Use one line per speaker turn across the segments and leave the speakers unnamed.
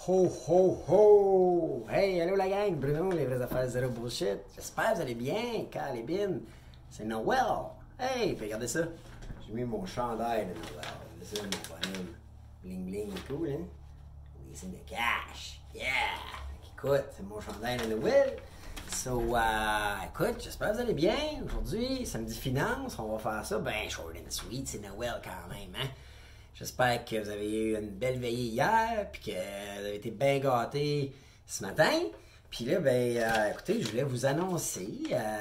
Ho ho ho! Hey, allô la gang, Bruno, les vraies affaires zéro bullshit. J'espère que vous allez bien, Calébine. C'est Noël. Hey, puis regardez ça. J'ai mis mon chandail de Noël. Regardez ça, mon bonhomme. Bling bling et cool, hein? Des signes de cash. Yeah! Écoute, c'est mon chandail de Noël. Écoute, j'espère que vous allez bien. Aujourd'hui, samedi finance, on va faire ça. Ben, short and sweet, c'est Noël quand même, hein? J'espère que vous avez eu une belle veillée hier, puis que vous avez été bien gâtés ce matin. Puis là, écoutez, je voulais vous annoncer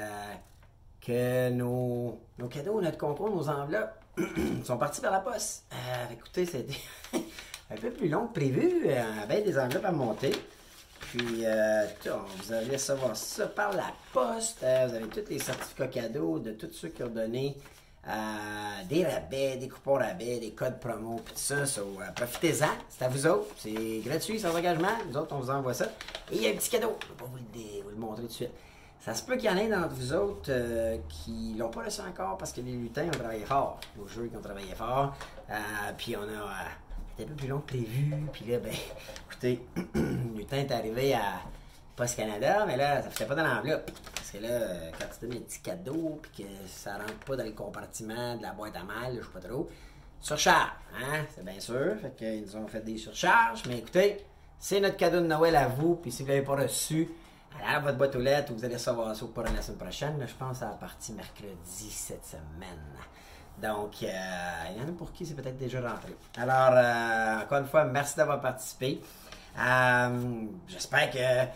que nos cadeaux, notre concours, nos enveloppes sont partis vers la poste. Écoutez, c'était un peu plus long que prévu, avec des enveloppes à monter. Puis, vous allez recevoir ça par la poste. Vous avez tous les certificats cadeaux de tous ceux qui ont donné des rabais, des coupons rabais, des codes promo, puis tout ça. Profitez-en, c'est à vous autres. C'est gratuit, sans engagement. Nous autres, on vous envoie ça. Et il y a un petit cadeau. Je ne vais pas vous le montrer tout de suite. Ça se peut qu'il y en ait d'entre vous autres qui l'ont pas reçu encore parce que les lutins ont travaillé fort. Nos jeux qui ont travaillé fort. Puis on a... c'était un peu plus long que prévu. Puis là, écoutez, le lutin est arrivé à Post Canada, mais là, ça ne faisait pas dans l'enveloppe. Parce que là, quand tu donnes des petits cadeaux, puis que ça rentre pas dans le compartiment de la boîte à mal, je sais pas trop, surcharge, hein, c'est bien sûr. Fait qu'ils nous ont fait des surcharges, mais écoutez, c'est notre cadeau de Noël à vous, puis si vous ne l'avez pas reçu, allez à votre boîte aux lettres, vous allez recevoir ça pour la semaine prochaine. Là, je pense à la partie mercredi cette semaine. Donc, il y en a pour qui c'est peut-être déjà rentré. Alors, encore une fois, merci d'avoir participé. J'espère que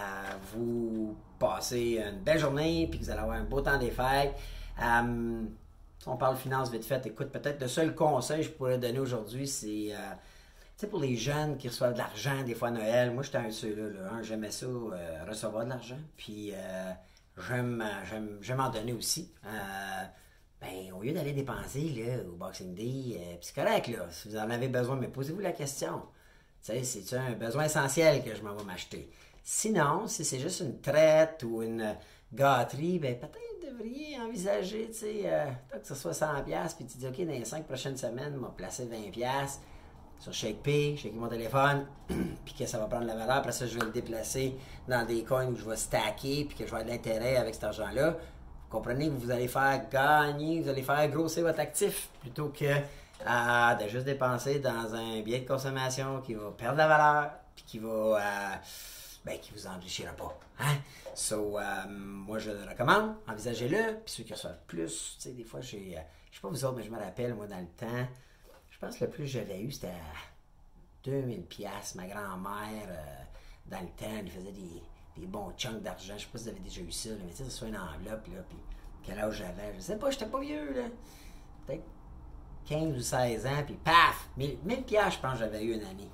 vous passez une belle journée et que vous allez avoir un beau temps des fêtes. Si on parle finance vite fait, écoute, peut-être le seul conseil que je pourrais donner aujourd'hui, c'est pour les jeunes qui reçoivent de l'argent des fois à Noël. Moi, j'étais un de ceux-là. Hein, j'aimais ça, recevoir de l'argent. Puis, j'aime en donner aussi. Au lieu d'aller dépenser là, au Boxing Day, c'est correct, là, si vous en avez besoin, mais posez-vous la question. C'est un besoin essentiel que je m'en vais m'acheter. Sinon, si c'est juste une traite ou une gâterie, peut-être devriez envisager, que ce soit 100$, puis tu dis, OK, dans les 5 prochaines semaines, je vais placer 20$ sur ShakePay, shaker mon téléphone, puis que ça va prendre la valeur. Après ça, je vais le déplacer dans des coins où je vais stacker, puis que je vais avoir de l'intérêt avec cet argent-là. Vous comprenez que vous allez faire gagner, vous allez faire grossir votre actif, plutôt que de juste dépenser dans un bien de consommation qui va perdre la valeur puis qui va qui vous enrichira pas. Hein? Moi je le recommande, envisagez-le, puis ceux qui reçoivent plus, des fois je sais pas vous autres, mais je me rappelle, moi dans le temps, je pense que le plus que j'avais eu c'était 2000$. Ma grand-mère, dans le temps, elle faisait des bons chunks d'argent. Je sais pas si vous avez déjà eu ça, là, mais tu sais, ça soit une enveloppe, là, puis quel âge j'avais, je sais pas, j'étais pas vieux, là. Peut-être 15 ou 16 ans, puis paf! 1000$, je pense que j'avais eu une année.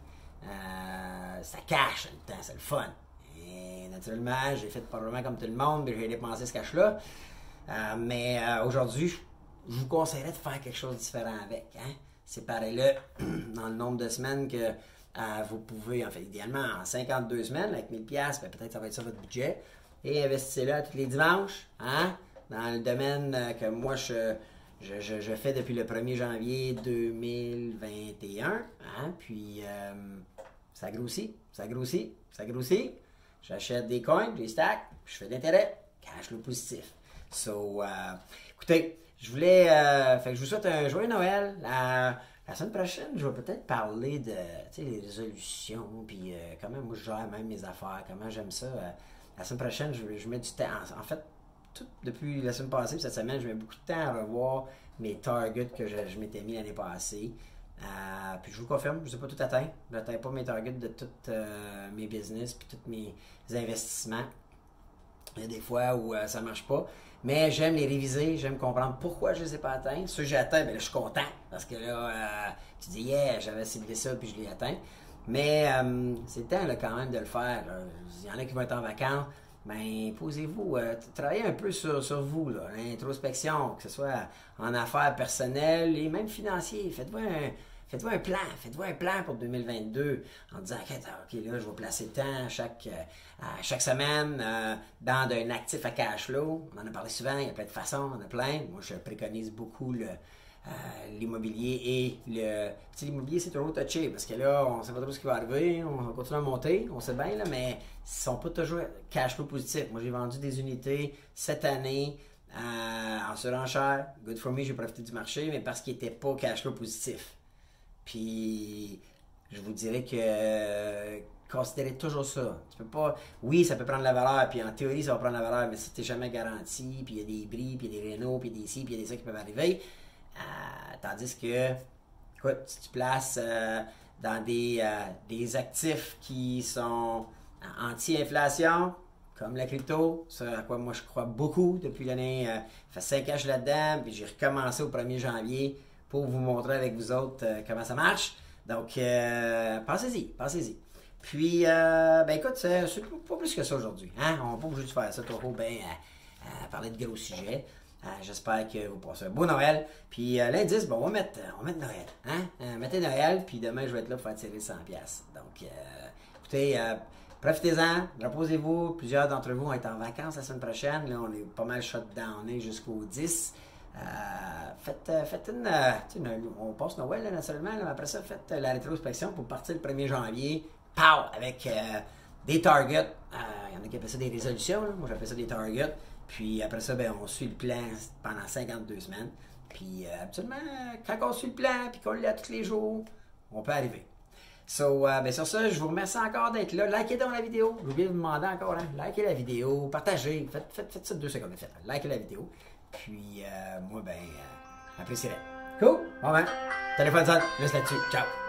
Ça cache le temps, c'est le fun. Et naturellement, j'ai fait probablement comme tout le monde, mais j'ai dépensé ce cash-là. Mais aujourd'hui, je vous conseillerais de faire quelque chose de différent avec. Hein? Séparez-le dans le nombre de semaines que vous pouvez, en fait, idéalement en 52 semaines, avec 1000$, peut-être ça va être ça votre budget. Et investissez-le tous les dimanches, hein? Dans le domaine que moi je fais depuis le 1er janvier 2021, hein? Puis ça grossit. J'achète des coins, je les stack, je fais de l'intérêt, cash flow positif. Écoutez, je vous souhaite un joyeux Noël. La semaine prochaine, je vais peut-être parler de les résolutions, puis comment moi je gère même mes affaires, comment j'aime ça. La semaine prochaine, je mets du temps. En fait, depuis la semaine passée, cette semaine, je mets beaucoup de temps à revoir mes targets que je m'étais mis l'année passée. Puis je vous confirme, je ne ai pas tout atteint. Je n'atteins pas mes targets de tous mes business puis tous mes investissements. Il y a des fois où ça ne marche pas. Mais j'aime les réviser, j'aime comprendre pourquoi je ne les ai pas atteints. Ceux que j'ai atteints, là, je suis content. Parce que là, tu dis, yeah, j'avais ciblé ça puis je l'ai atteint. Mais c'est le temps là, quand même de le faire. Là. Il y en a qui vont être en vacances. Posez-vous, travaillez un peu sur vous, là, l'introspection, que ce soit en affaires personnelles et même financières. Faites-vous un plan pour 2022 en disant, OK, là, je vais placer tant chaque semaine dans un actif à cash flow. On en a parlé souvent, il y a plein de façons, on en a plein. Moi, je préconise beaucoup l'immobilier et le... Tu sais, l'immobilier, c'est toujours touché parce que là, on ne sait pas trop ce qui va arriver. On va continuer à monter, on sait bien, là, mais ils ne sont pas toujours cash flow positifs. Moi, j'ai vendu des unités cette année en surenchère. Good for me, j'ai profité du marché, mais parce qu'il n'était pas cash flow positif. Puis, je vous dirais que considérez toujours ça. Tu peux pas. Oui, ça peut prendre la valeur, puis en théorie, ça va prendre la valeur, mais si t'es jamais garanti, puis il y a des bris, puis il y a des rénaux, puis il y a des ci, puis il y a des ça qui peuvent arriver. Tandis que, écoute, si tu places dans des actifs qui sont anti-inflation, comme la crypto, ça à quoi moi je crois beaucoup depuis l'année. Ça fait 5 ans que je suis là-dedans, puis j'ai recommencé au 1er janvier pour vous montrer avec vous autres comment ça marche. Donc, pensez-y, pensez-y. Puis, ben écoute, c'est pas plus que ça aujourd'hui. Hein? On n'est pas obligé de faire ça trop bien parler de gros sujets. J'espère que vous passez un beau Noël. Puis l'indice, bon, on va mettre Noël. Hein? Mettez Noël, puis demain, je vais être là pour faire tirer 100$. Donc, écoutez, profitez-en, reposez-vous. Plusieurs d'entre vous vont être en vacances la semaine prochaine. Là, on est pas mal shutdowné jusqu'au 10. Faites on passe Noël là, naturellement, là, après ça, faites la rétrospection pour partir le 1er janvier. Pow! Avec des targets. Il y en a qui appellent ça des résolutions. Là. Moi, j'appelle ça des targets. Puis après ça, ben, on suit le plan pendant 52 semaines. Puis habituellement, quand on suit le plan puis qu'on le lit tous les jours, on peut arriver. So, ben, sur ça, je vous remercie encore d'être là. Likez donc la vidéo. J'ai oublié de vous demander encore. Hein? Likez la vidéo. Partagez. Faites ça 2 secondes. Likez la vidéo. Puis moi, ben, apprécierais. Cool? Bon ben, téléphone sonne. Laisse là-dessus. Ciao!